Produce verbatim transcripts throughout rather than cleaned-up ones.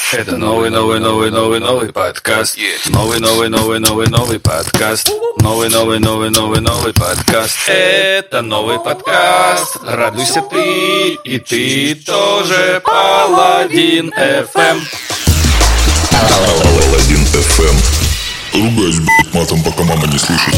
Это новый, новый, новый, новый, новый подкаст. Новый, новый, новый, новый, новый подкаст. Новый, новый, новый, новый, новый подкаст. Это новый подкаст. Радуйся ты, и ты тоже. Паладин эф эм. Паладин эф эм. Ругаюсь, блядь, матом, пока мама не слышит.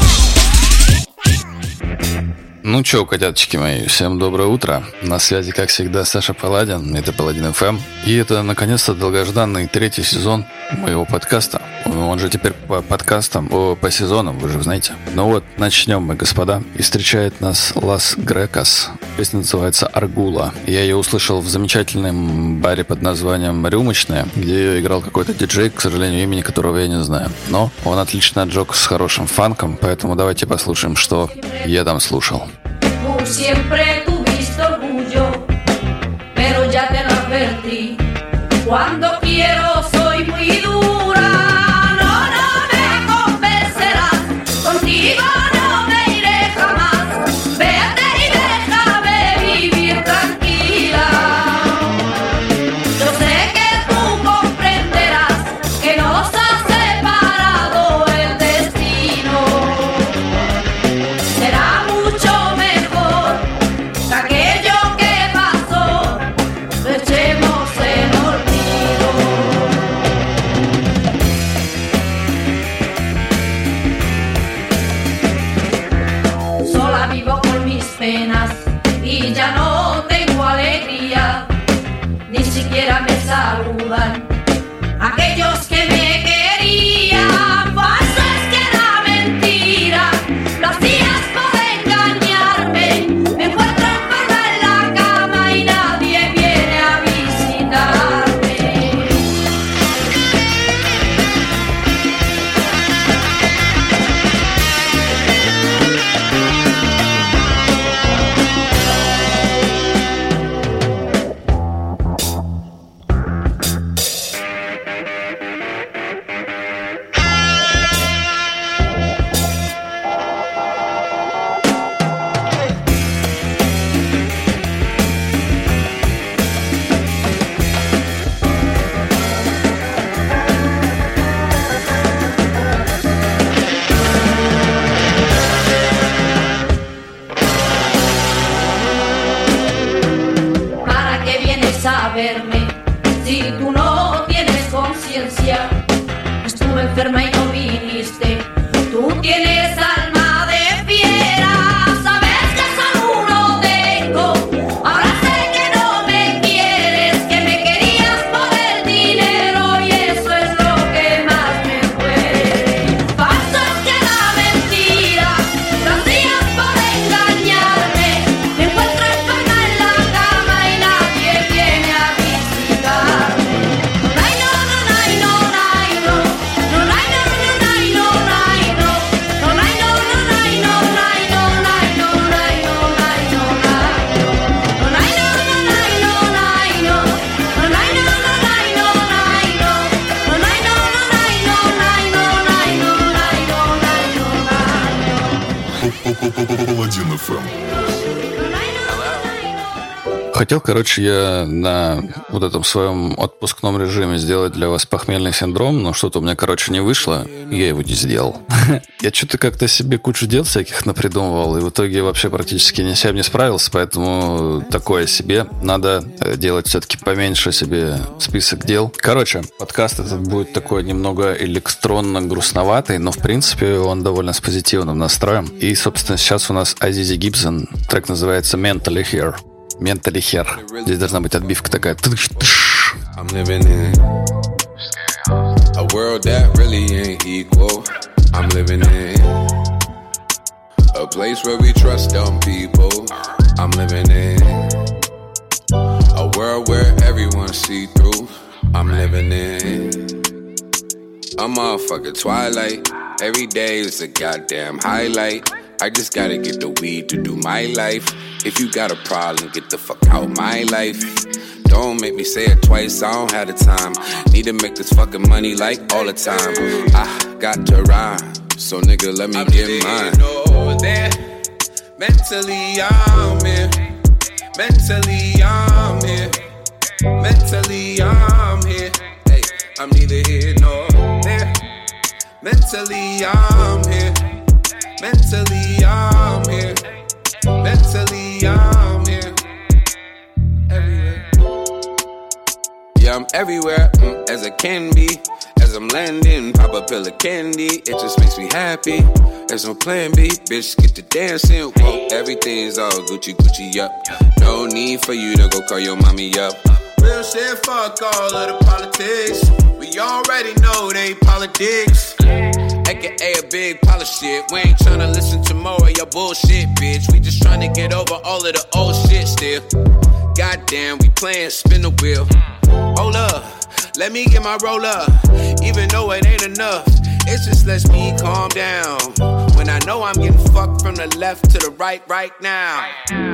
Ну чё, котяточки мои, всем доброе утро. На связи, как всегда, Саша Паладин. Это Паладин эф эм. И это, наконец-то, долгожданный третий сезон моего подкаста. Он же теперь по подкастам, о, по сезонам, вы же знаете. Ну вот, начнем мы, господа. И встречает нас Лас Грекос. Песня называется «Аргула». Я ее услышал в замечательном баре под названием «Рюмочная», где ее играл какой-то диджей, к сожалению, имени которого я не знаю. Но он отлично отжег с хорошим фанком, поэтому давайте послушаем, что я там слушал. Siempre tuviste orgullo, pero ya te lo advertí. Cuando quiero soy muy dura, no, no me convencerás. Contigo no me iré jamás. Vete y déjame vivir tranquila. Yo sé que tú comprenderás que nos ha separado el destino. Será mucho mejor que aquello que pasó lo echemos en olvido. Sola vivo con mis penas y ya no tengo alegría, ni siquiera me saludan aquellos que me querían. Falso es que era mentira, lo hacías por engañarme. Me encuentro enferma en la cama y nadie viene a visitarme. ¿Para qué vienes a verme si tú no tienes conciencia? Estuve enferma y no viniste. Tú tienes alma de fiera. Sabes que solo uno tengo. Ahora sé que no me quieres, que me querías por el dinero y eso es lo que más me duele. Falso es que era mentira, lo hacías por engañarme. Me encuentro enferma en la cama y nadie viene a visitarme. Ay, no, no, ay, no, ay, no. No, ay, no, no, ay, no, ay, no. No, ay, no, no, ay, no, ay, no, ay, no, ay, no, ay, no, ay, no. No, ay, no, no, ay, no, ay, no. No, ay, no, no, ay, no, ay, no. No, ay, no, no, ay, no, ay, no, ay, no, ay, no, ay, no, ay, no. Паладин эф эм. Хотел, короче, я на вот этом своем отпускном режиме сделать для вас похмельный синдром, но что-то у меня, короче, не вышло, и я его не сделал. Я что-то как-то себе кучу дел всяких напридумывал, и в итоге вообще практически ни с чем не справился, поэтому такое себе. Надо делать все-таки поменьше себе список дел. Короче, подкаст этот будет такой немного электронно-грустноватый, но, в принципе, он довольно с позитивным настроем. И, собственно, сейчас у нас Азизи Гибсон, трек называется «Mentally Here». Mentally Here. Здесь должна быть отбивка такая. Тыш-тыш. I'm living in a world that really ain't equal. I'm living in a place where we trust dumb people. I'm living in a world where everyone's see through. I'm living in a motherfucking twilight. Every day is a goddamn highlight. I just gotta get the weed to do my life. If you got a problem, get the fuck out my life. Don't make me say it twice, I don't have the time. Need to make this fucking money like all the time. I got to rhyme, so nigga let me I'm get mine. Over there. Mentally I'm here. Mentally I'm here. Mentally I'm here. I'm neither here nor there. Mentally, I'm here. Mentally, I'm here. Mentally, I'm here. Everywhere. Yeah, I'm everywhere mm, as I can be. As I'm landing, pop a pill of candy. It just makes me happy. There's no plan B, bitch, get to dancing. Whoa, everything's all Gucci, Gucci up. No need for you to go call your mommy up. Real shit, fuck all of the politics. We already know they politics. A K A a big pile of shit. We ain't tryna listen to more of your bullshit, bitch. We just tryna get over all of the old shit still. Goddamn, we playing spin the wheel. Hold up, let me get my roll up. Even though it ain't enough, it just lets me calm down. When I know I'm getting fucked from the left to the right right now.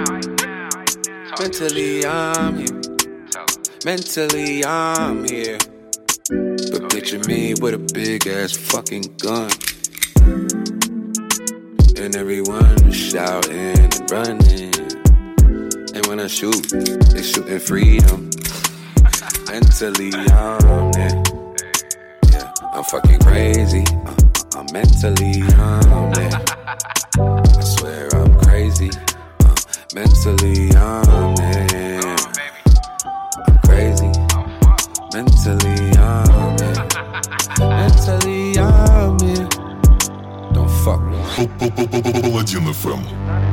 Mentally I'm here. Mentally I'm here. But picture me with a big ass fucking gun. And everyone shouting and running. And when I shoot, they shooting freedom. Mentally I'm there. Yeah, I'm fucking crazy. uh, I'm mentally I'm there. I swear I'm crazy. uh, Mentally I'm there. I'm crazy. Mentally I'm here. Mentally I'm here. Don't fuck me. Паладин эф эм.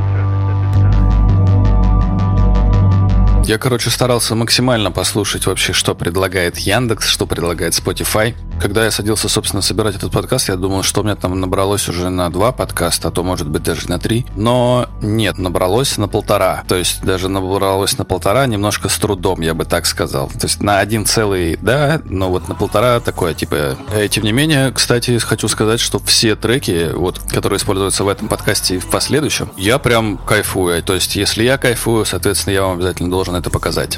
Я, короче, старался максимально послушать вообще, что предлагает Яндекс, что предлагает Spotify. Когда я садился, собственно, собирать этот подкаст, я думал, что у меня там набралось уже на два подкаста, а то, может быть, даже на три. Но нет, набралось на полтора. То есть даже набралось на полтора немножко с трудом, я бы так сказал. То есть на один целый, да, но вот на полтора такое, типа... И, тем не менее, кстати, хочу сказать, что все треки, вот, которые используются в этом подкасте и в последующем, я прям кайфую. То есть если я кайфую, соответственно, я вам обязательно должен это показать.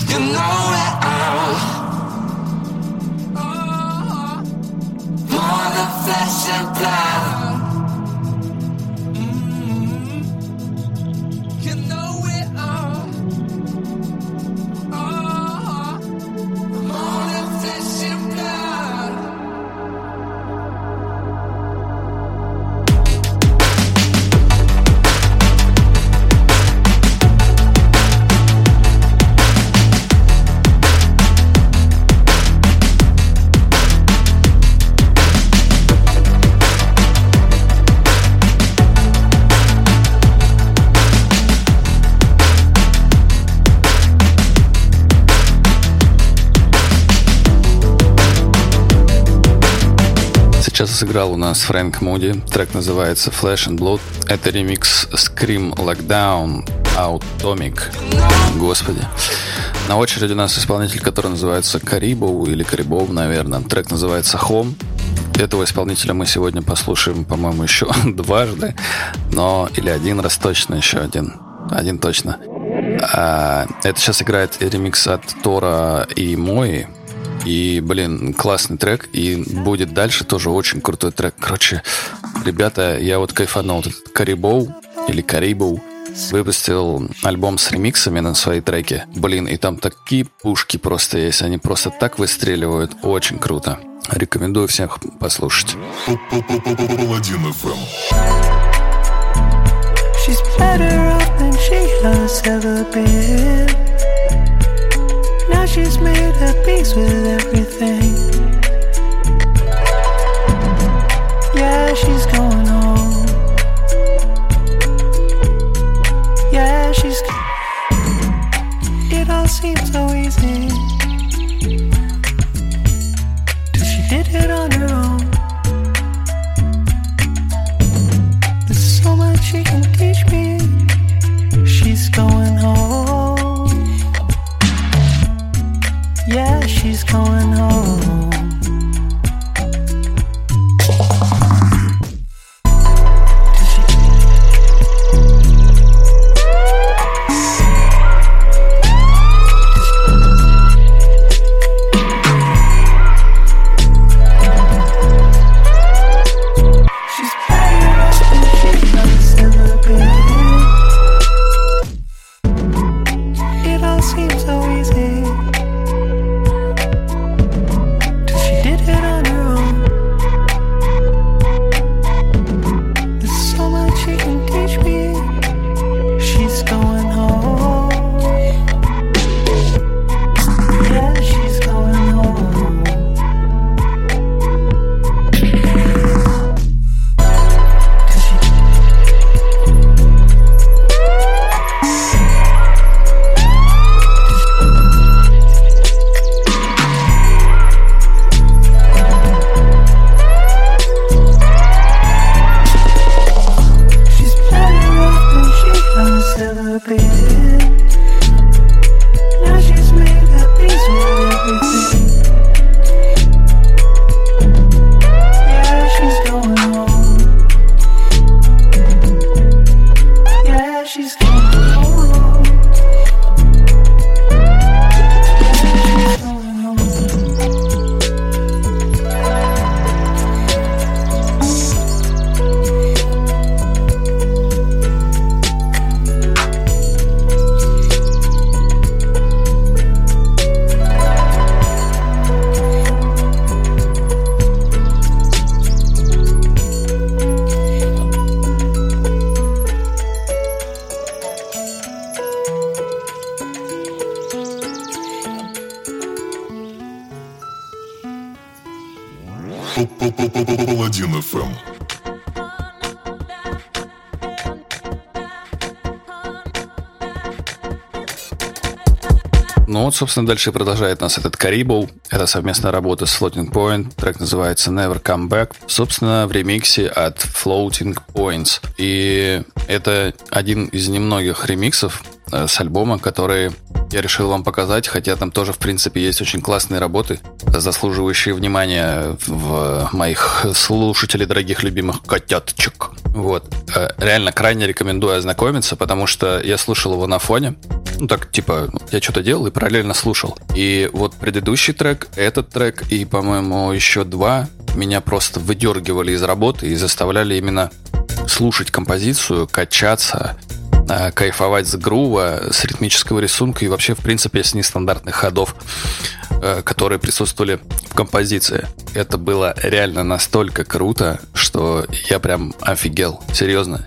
You know it all. More than flesh and blood. You know it all. More than flesh and blood. Сейчас сыграл у нас Фрэнк Муди. Трек называется Flesh and Blood. Это ремикс Scream Lockdown Atomic. Господи. На очереди у нас исполнитель, который называется Карибоу или Карибоу, наверное. Трек называется Home. Этого исполнителя мы сегодня послушаем, по-моему, еще дважды. Но или один раз точно, еще один. Один точно. А, это сейчас играет ремикс от Тора и Мои. И, блин, классный трек. И будет дальше тоже очень крутой трек. Короче, ребята, я вот кайфанул. Вот этот Карибоу или Карибоу выпустил альбом с ремиксами на свои треки. Блин, и там такие пушки просто есть. Они просто так выстреливают. Очень круто. Рекомендую всех послушать. Паладин эф эм. She's better off than she has ever been. Now she's made her peace with everything. Yeah, she's going home. Yeah, she's. It all seems so easy till she did it on her own. There's so much she can teach me. She's going home. Yeah, she's going home. She's better off than she has ever been. It all seems so easy. Паладин эф эм. Ну вот, собственно, дальше продолжает нас этот Карибоу. Это совместная работа с Floating Point. Трек называется Never Come Back. Собственно, в ремиксе от Floating Points. И это один из немногих ремиксов, с альбома, который я решил вам показать, хотя там тоже, в принципе, есть очень классные работы, заслуживающие внимания в моих слушателей, дорогих любимых котяточек. Вот. Реально крайне рекомендую ознакомиться, потому что я слушал его на фоне. Ну, так, типа, я что-то делал и параллельно слушал. И вот предыдущий трек, этот трек и, по-моему, еще два меня просто выдергивали из работы и заставляли именно слушать композицию, качаться, кайфовать с грува, с ритмического рисунка и вообще, в принципе, с нестандартных ходов, которые присутствовали в композиции. Это было реально настолько круто, что я прям офигел. Серьезно.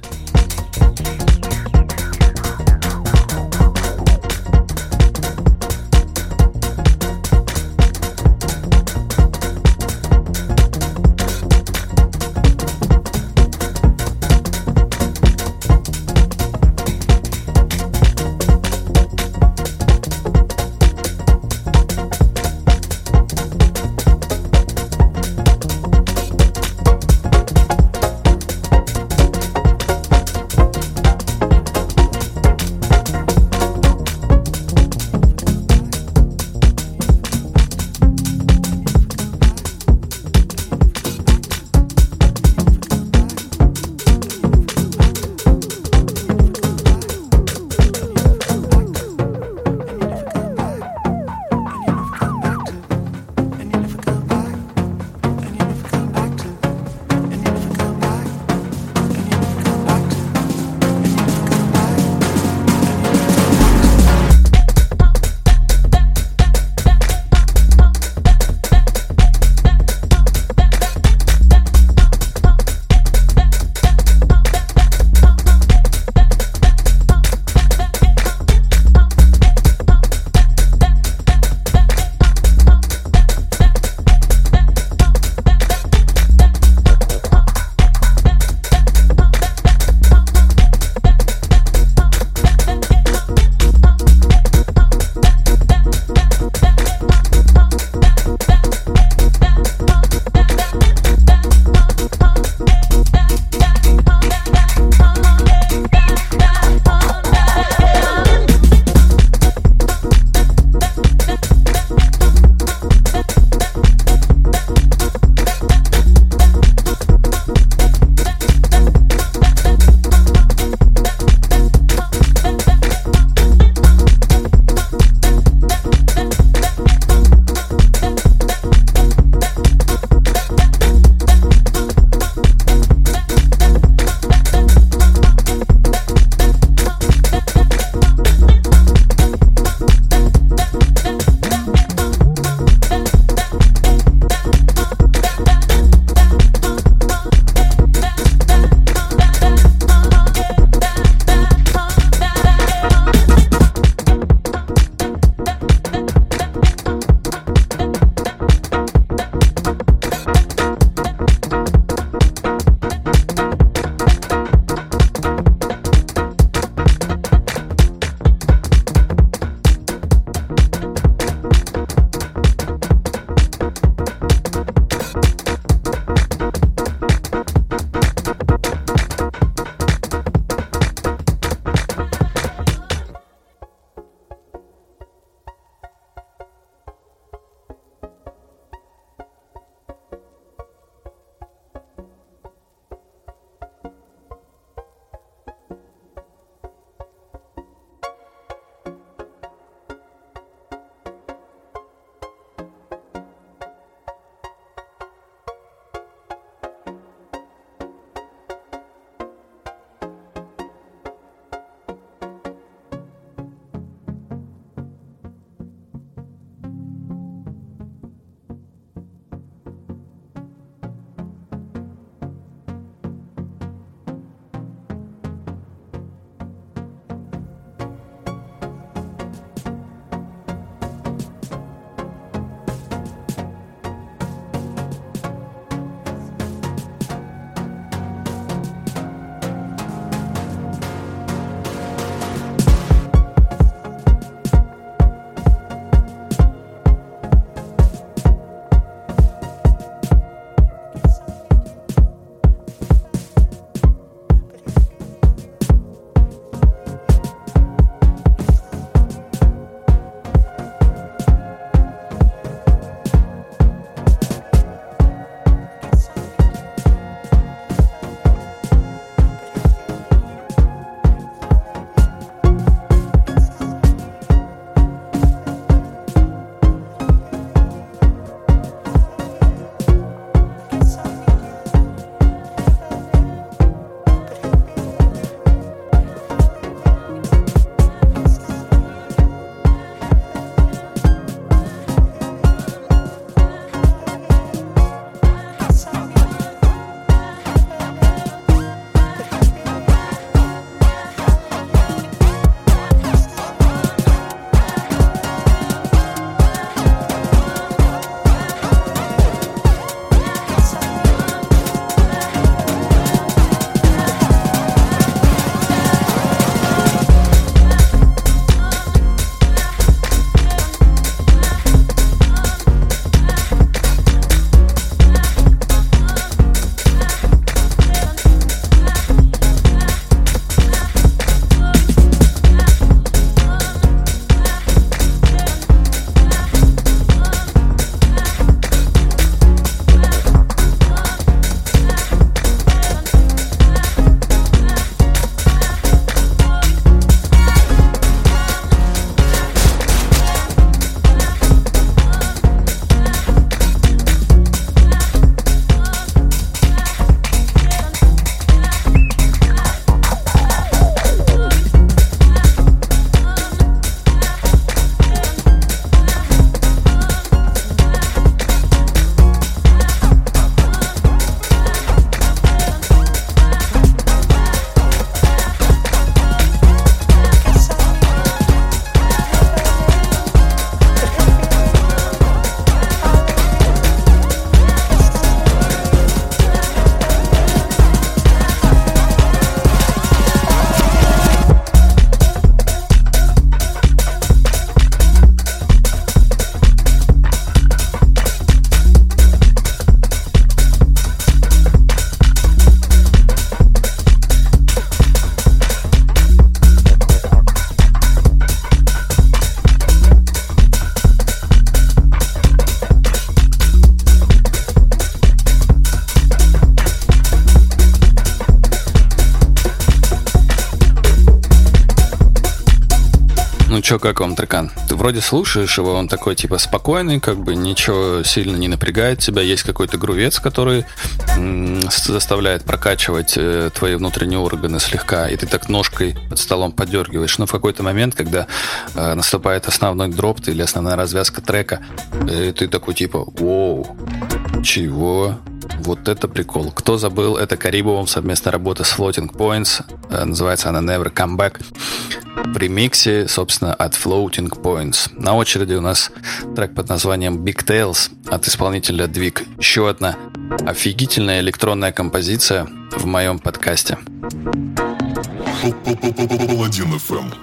Че, как вам трекан? Ты вроде слушаешь его, он такой типа спокойный, как бы ничего сильно не напрягает тебя. Есть какой-то грувец, который м- заставляет прокачивать э, твои внутренние органы слегка, и ты так ножкой под столом подергиваешь. Но в какой-то момент, когда э, наступает основной дроп или основная развязка трека, э, ты такой типа «Воу, чего?» Вот это прикол. Кто забыл, это Карибовым совместная работа с Floating Points. Э, называется она Never Come Back. В ремиксе, собственно, от Floating Points. На очереди у нас трек под названием Big Tales от исполнителя Двиг. Еще одна офигительная электронная композиция в моем подкасте. Паладин эф эм.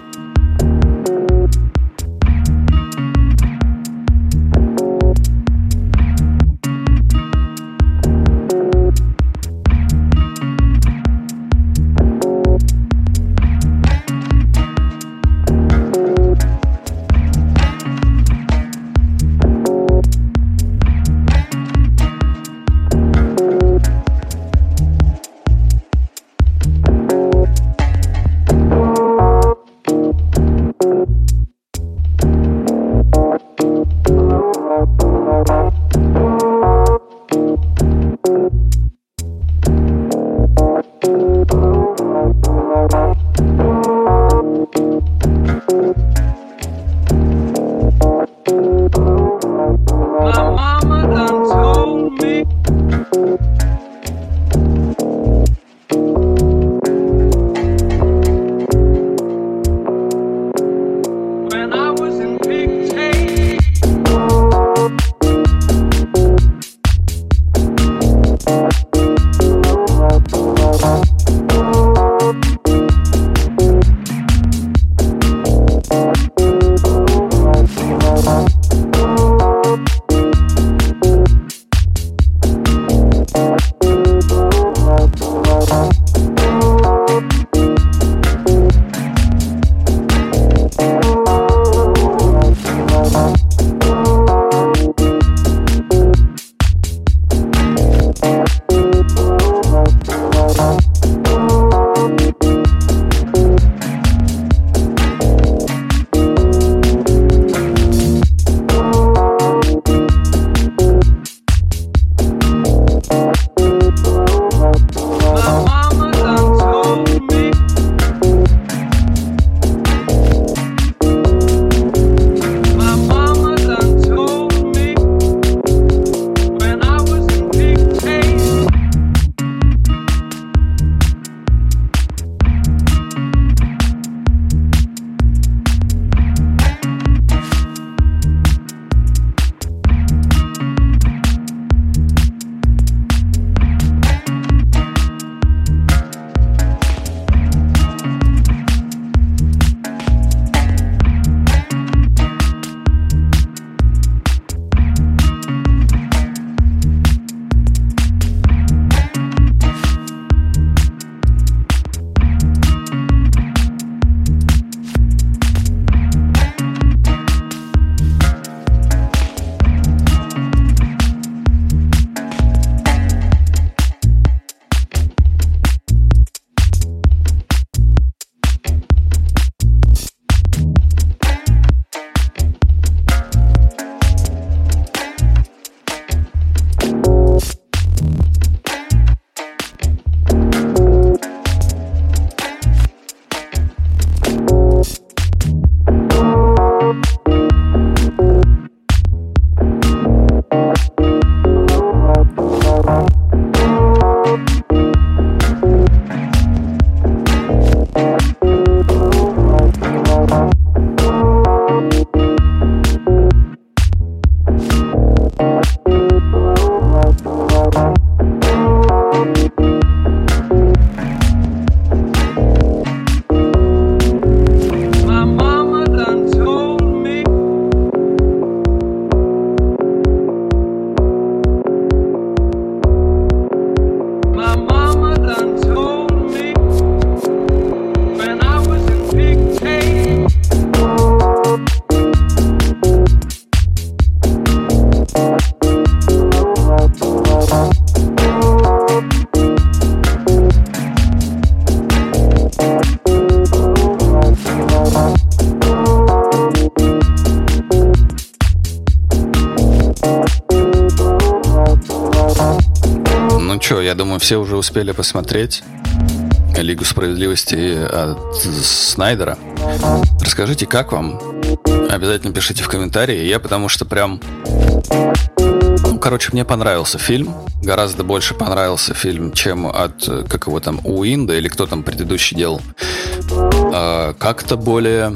что, я думаю, все уже успели посмотреть «Лигу справедливости» от Снайдера. Расскажите, как вам? Обязательно пишите в комментарии. Я потому что прям... Ну, короче, мне понравился фильм. Гораздо больше понравился фильм, чем от, как его там, Уинда или кто там предыдущий делал. А, как-то более...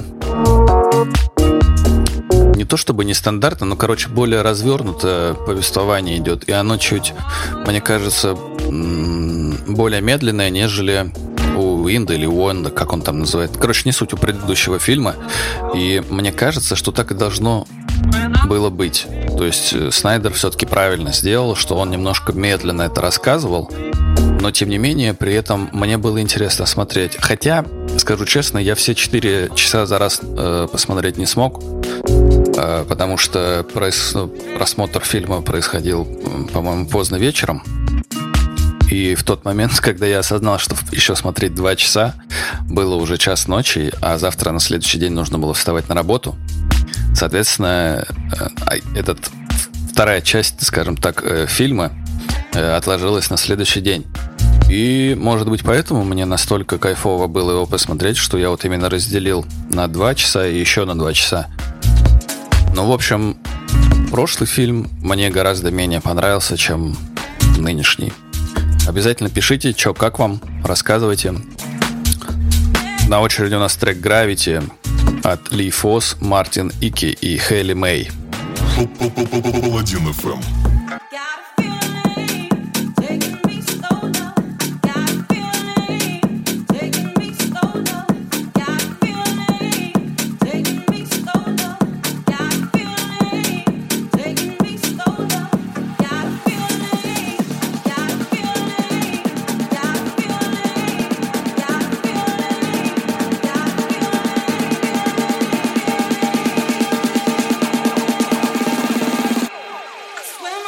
Не то чтобы нестандартно, но, короче, более развернутое повествование идет. И оно чуть, мне кажется, более медленное, нежели у Уинда или Уонда, как он там называет. Короче, не суть у предыдущего фильма. И мне кажется, что так и должно было быть. То есть Снайдер все-таки правильно сделал, что он немножко медленно это рассказывал, но, тем не менее, при этом мне было интересно смотреть. Хотя, скажу честно, я все четыре часа за раз э, посмотреть не смог, э, потому что прос, просмотр фильма происходил, по-моему, поздно вечером. И в тот момент, когда я осознал, что еще смотреть два часа, было уже час ночи, а завтра на следующий день нужно было вставать на работу. Соответственно, э, этот, вторая часть, скажем так, э, фильма э, отложилась на следующий день. И, может быть, поэтому мне настолько кайфово было его посмотреть, что я вот именно разделил на два часа и еще на два часа. Ну, в общем, прошлый фильм мне гораздо менее понравился, чем нынешний. Обязательно пишите, что, как вам, рассказывайте. На очереди у нас трек «Gravity» от Ли Фос, Мартин Ики и Хейли Мэй. Паладин эф эм. When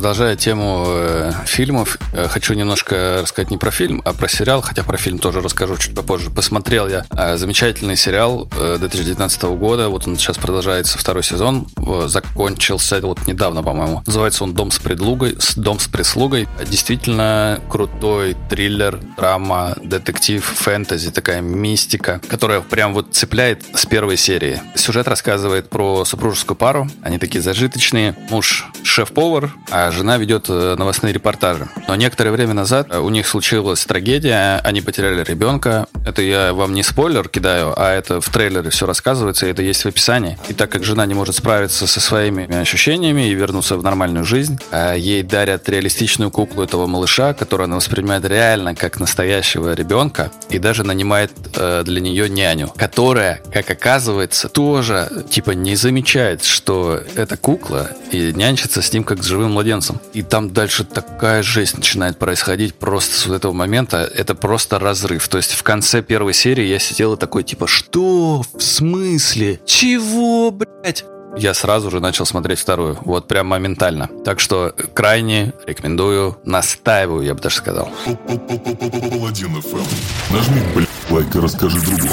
продолжая тему э, фильмов, э, хочу немножко рассказать не про фильм, а про сериал, хотя про фильм тоже расскажу чуть попозже. Посмотрел я э, замечательный сериал э, две тысячи девятнадцатого года, вот он сейчас продолжается второй сезон, э, закончился вот недавно, по-моему. Называется он «Дом с предлугой», «Дом с прислугой». Действительно крутой триллер, драма, детектив, фэнтези, такая мистика, которая прям вот цепляет с первой серии. Сюжет рассказывает про супружескую пару, они такие зажиточные, муж шеф-повар, а жена ведет новостные репортажи. Но некоторое время назад у них случилась трагедия, они потеряли ребенка. Это я вам не спойлер кидаю, а это в трейлере все рассказывается, и это есть в описании. И так как жена не может справиться со своими ощущениями и вернуться в нормальную жизнь, ей дарят реалистичную куклу этого малыша, которую она воспринимает реально как настоящего ребенка, и даже нанимает э, для нее няню, которая, как оказывается, тоже типа не замечает, что это кукла, и нянчится с ним как с живым младенцем. И там дальше такая жесть начинает происходить просто с вот этого момента. Это просто разрыв. То есть в конце первой серии я сидел и такой типа, что? В смысле? Чего, блядь? Я сразу же начал смотреть вторую. Вот прям моментально. Так что крайне рекомендую, настаиваю, я бы даже сказал. Паладин эф эм. Нажми, блядь, лайк и расскажи другу.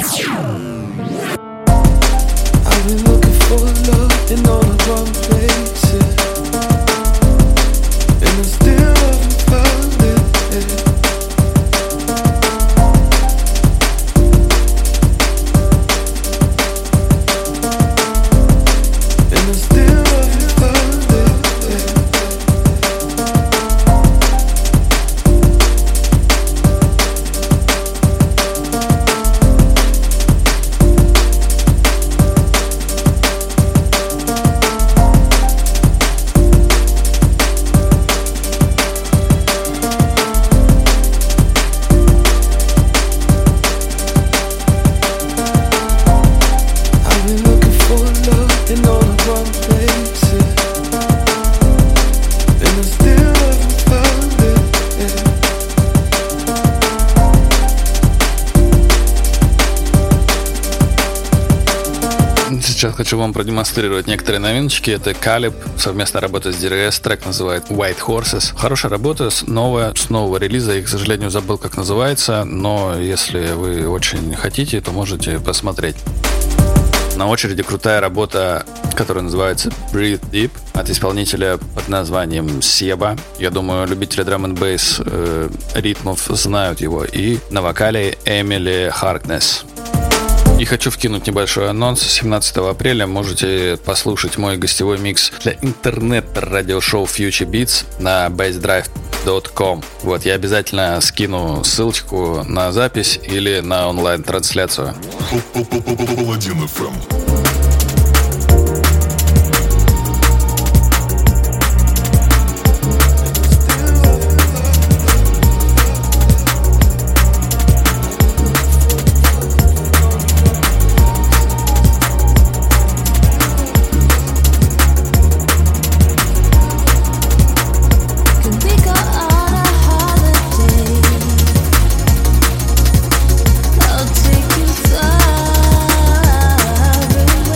I've been looking for love in all the wrong places, and I still haven't found it. And I still haven't found it. Сейчас хочу вам продемонстрировать некоторые новиночки. Это Caleb, совместная работа с ди ар эс, трек называется White Horses. Хорошая работа, новая, с нового релиза. Я, к сожалению, забыл, как называется, но если вы очень хотите, то можете посмотреть. На очереди крутая работа, которая называется Breathe Deep, от исполнителя под названием Себа. Я думаю, любители драм-н-бейс э, ритмов знают его. И на вокале Эмили Харкнесс. И хочу вкинуть небольшой анонс. семнадцатого апреля можете послушать мой гостевой микс для интернет-радиошоу Future Beats на бейс драйв точка ком. Вот, я обязательно скину ссылочку на запись или на онлайн-трансляцию. Паладин эф эм. I'll take you far away.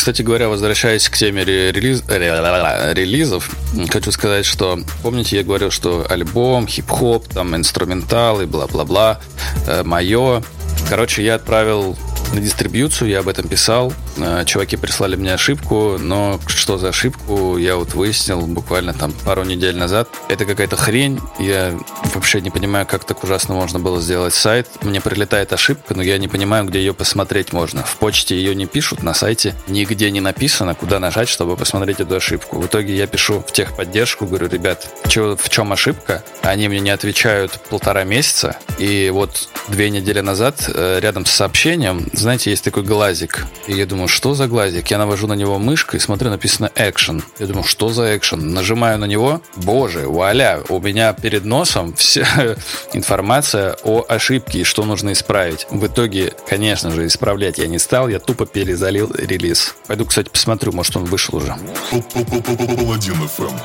кстати говоря, возвращаясь к теме релиз... релизов, хочу сказать, что, помните, я говорил, что альбом, хип-хоп, там, инструментал и бла-бла-бла, э, мое. Короче, я отправил на дистрибьюцию, я об этом писал. Чуваки прислали мне ошибку, но что за ошибку, я вот выяснил буквально там пару недель назад. Это какая-то хрень. Я вообще не понимаю, как так ужасно можно было сделать сайт. Мне прилетает ошибка, но я не понимаю, где ее посмотреть можно. В почте ее не пишут, на сайте нигде не написано, куда нажать, чтобы посмотреть эту ошибку. В итоге я пишу в техподдержку, говорю, ребят, чё, в чем ошибка? Они мне не отвечают полтора месяца. И вот две недели назад рядом с сообщением, знаете, есть такой глазик. И я думаю, что за глазик? Я навожу на него мышкой и смотрю, написано Action. Я думаю, что за Action? Нажимаю на него. Боже, вуаля, у меня перед носом вся информация о ошибке и что нужно исправить. В итоге, конечно же, исправлять я не стал. Я тупо перезалил релиз. Пойду, кстати, посмотрю, может, он вышел уже. Паладин эф эм.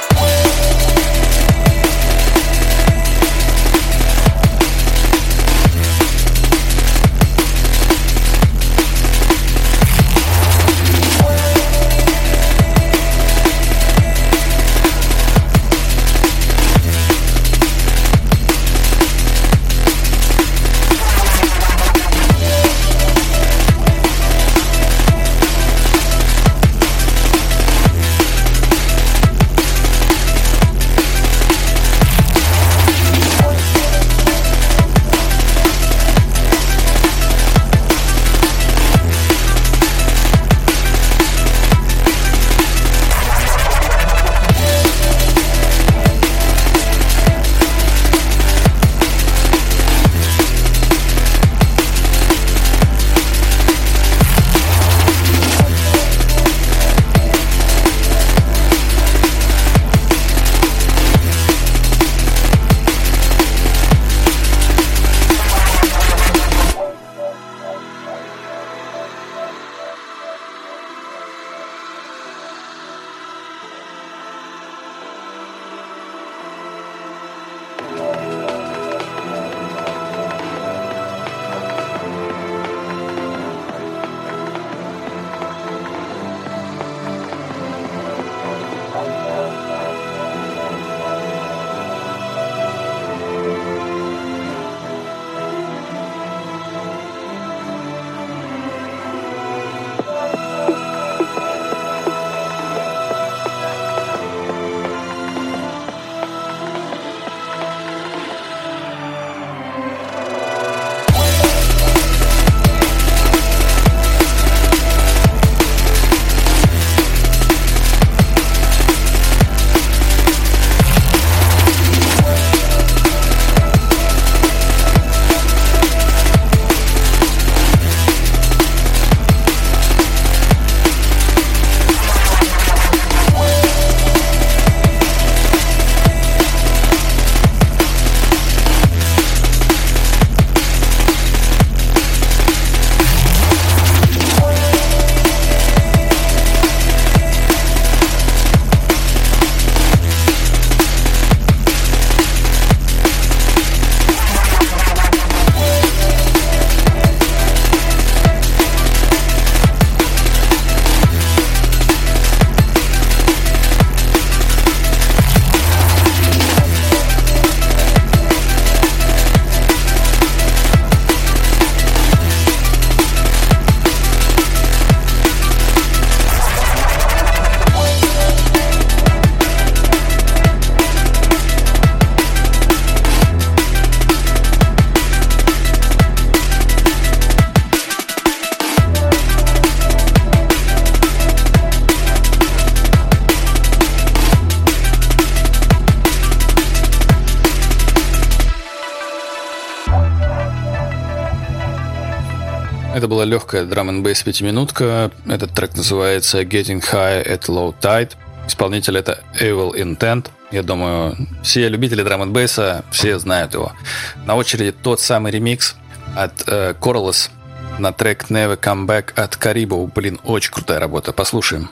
Это была легкая драм-н-бейс пятиминутка. Этот трек называется Getting High at Low Tide. Исполнитель это Evil Intent. Я думаю, все любители драм-н-бейса, все знают его. На очереди тот самый ремикс от э, Coreless на трек Never Come Back от Caribou. Блин, очень крутая работа. Послушаем.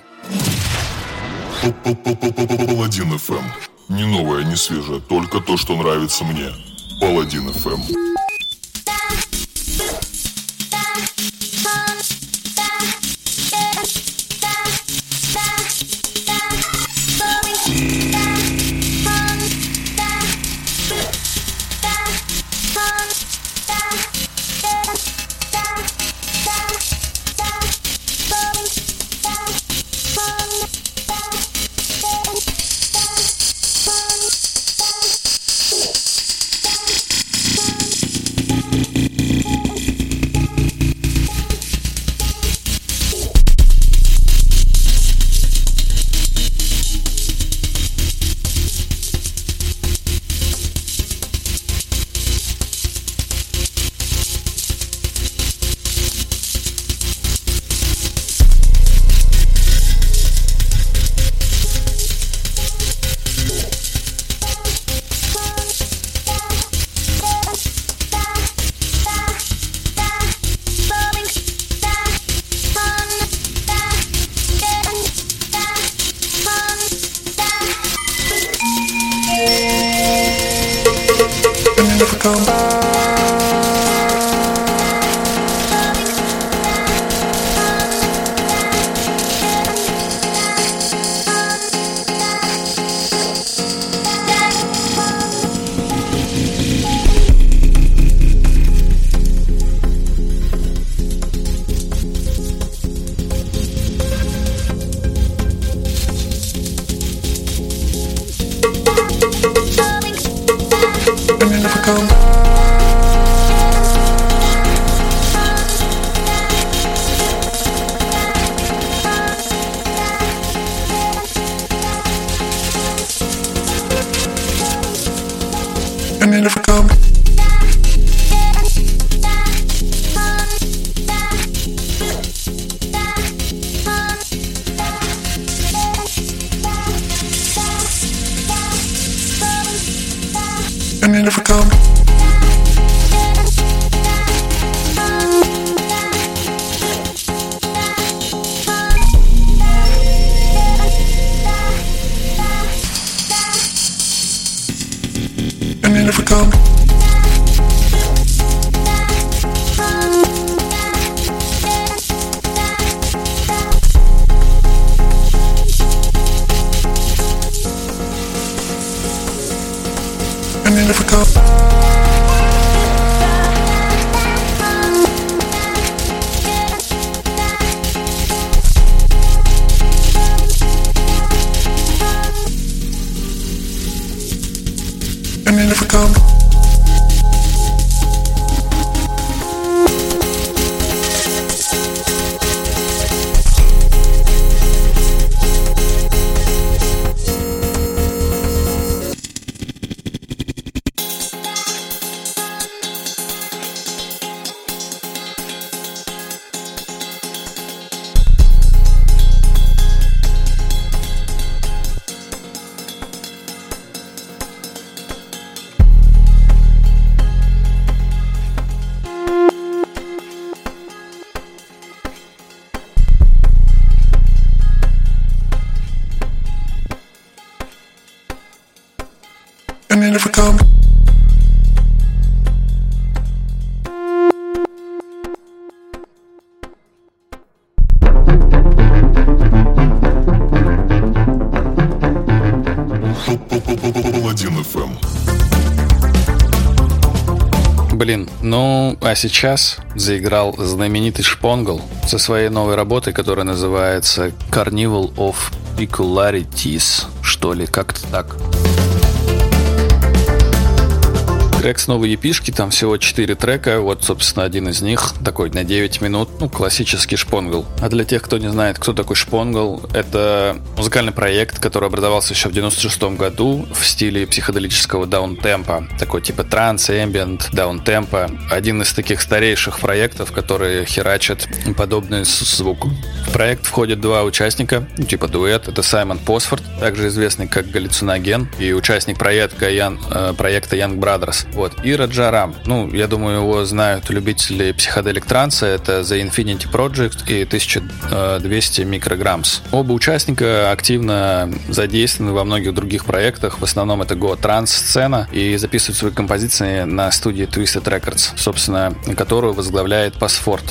Паладин эф эм. Не новое, не свежее, только то, что нравится мне. Паладин эф эм. Ну, а сейчас заиграл знаменитый Шпонгл со своей новой работой, которая называется Carnival of Peculiarities, что ли, как-то так. Трек с новой епишки, там всего четыре трека, вот, собственно, один из них, такой на девять минут, ну, классический Шпонгл. А для тех, кто не знает, кто такой Шпонгл, это музыкальный проект, который образовался еще в девяносто шестом году в стиле психоделического даунтемпа, такой типа транс, эмбиент, даунтемпа. Один из таких старейших проектов, которые херачат подобный звук. В проект входят два участника, ну, типа дуэт, это Саймон Посфорд, также известный как Галлюциноген, и участник проекта, Ян, э, проекта Young Brothers. Вот. И Раджарам. Ну, я думаю, его знают любители психоделик транса. Это The Infinity Project и тысяча двести Micrograms. Оба участника активно задействованы во многих других проектах. В основном это го-транс-сцена. И записывают свои композиции на студии Twisted Records, собственно, которую возглавляет Посфорд.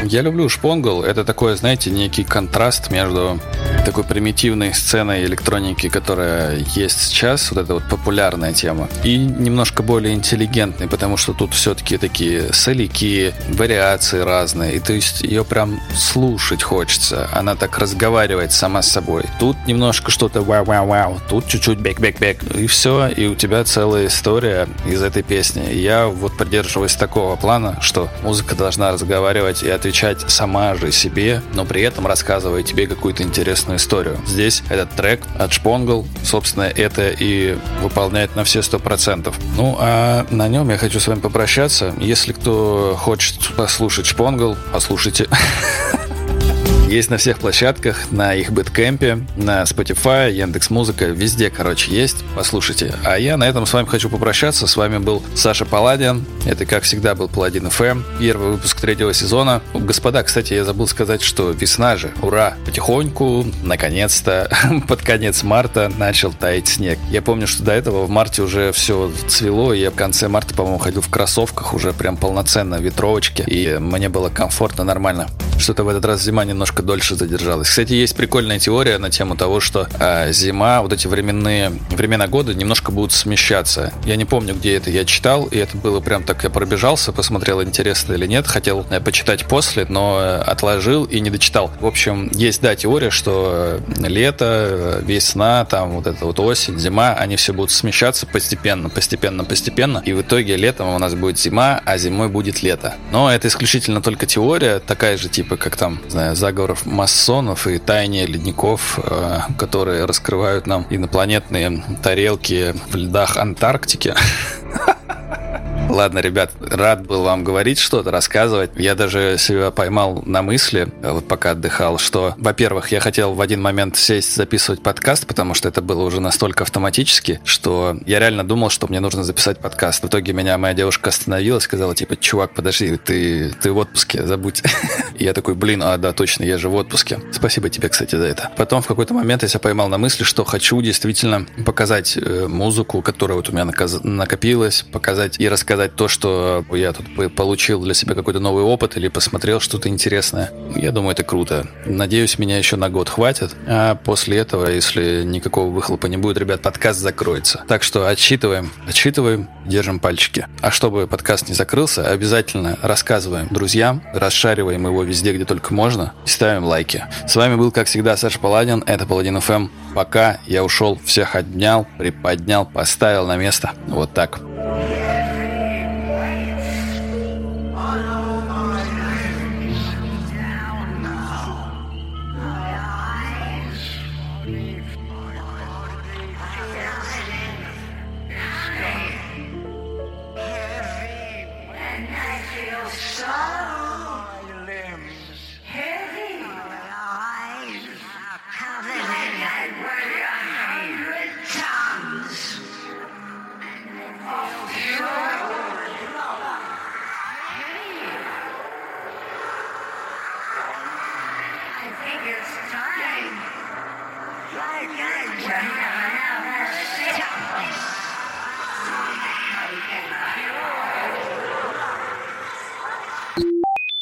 Я люблю шпонгл. Это такой, знаете, некий контраст между такой примитивной сценой электроники, которая есть сейчас, вот эта вот популярная тема, и немножко более интеллигентной, потому что тут все-таки такие соляки, вариации разные, и то есть ее прям слушать хочется. Она так разговаривает сама с собой. Тут немножко что-то вау-вау-вау, тут чуть-чуть бэк-бэк-бэк, и все, и у тебя целая история из этой песни. И я вот придерживаюсь такого плана, что музыка должна разговаривать и отвечать сама же себе, но при этом рассказывая тебе какую-то интересную историю. Здесь этот трек от Шпонгл, собственно, это и выполняет на все сто процентов. Ну, а на нем я хочу с вами попрощаться. Если кто хочет послушать Шпонгл, послушайте. Есть на всех площадках, на их биткэмпе, на Spotify, Яндекс.Музыка, везде, короче, есть. Послушайте. А я на этом с вами хочу попрощаться. С вами был Саша Паладин. Это, как всегда, был Паладин эф эм. Первый выпуск третьего сезона. Господа, кстати, я забыл сказать, что весна же. Ура! Потихоньку, наконец-то, под конец марта начал таять снег. Я помню, что до этого в марте уже все цвело, и я в конце марта, по-моему, ходил в кроссовках уже прям полноценно, в ветровочке, и мне было комфортно, нормально. Что-то в этот раз зима немножко дольше задержалась. Кстати, есть прикольная теория на тему того, что э, зима, вот эти временные времена года немножко будут смещаться. Я не помню, где это я читал, и это было прям так, я пробежался, посмотрел, интересно или нет, хотел э, почитать после, но э, отложил и не дочитал. В общем, есть, да, теория, что э, лето, весна, там вот эта вот осень, зима, они все будут смещаться постепенно, постепенно, постепенно, и в итоге летом у нас будет зима, а зимой будет лето. Но это исключительно только теория, такая же, типа, как там, не знаю, заговоров масонов и таяние ледников, э, которые раскрывают нам инопланетные тарелки в льдах Антарктики. Ладно, ребят, рад был вам говорить что-то, рассказывать. Я даже себя поймал на мысли, вот пока отдыхал, что, во-первых, я хотел в один момент сесть записывать подкаст, потому что это было уже настолько автоматически, что я реально думал, что мне нужно записать подкаст. В итоге меня моя девушка остановила, сказала, типа, чувак, подожди, ты, ты в отпуске, забудь. И я такой, блин, а да, точно, я же в отпуске. Спасибо тебе, кстати, за это. Потом в какой-то момент я себя поймал на мысли, что хочу действительно показать музыку, которая вот у меня накопилась, показать и рассказать то, что я тут получил для себя какой-то новый опыт или посмотрел что-то интересное. Я думаю, это круто. Надеюсь, меня еще на год хватит. А после этого, если никакого выхлопа не будет, ребят, подкаст закроется. Так что отсчитываем, отсчитываем, держим пальчики. А чтобы подкаст не закрылся, обязательно рассказываем друзьям, расшариваем его везде, где только можно, и ставим лайки. С вами был, как всегда, Саша Паладин. Это Паладин эф эм. Пока. Я ушел, всех обнял, приподнял, поставил на место. Вот так. It's time.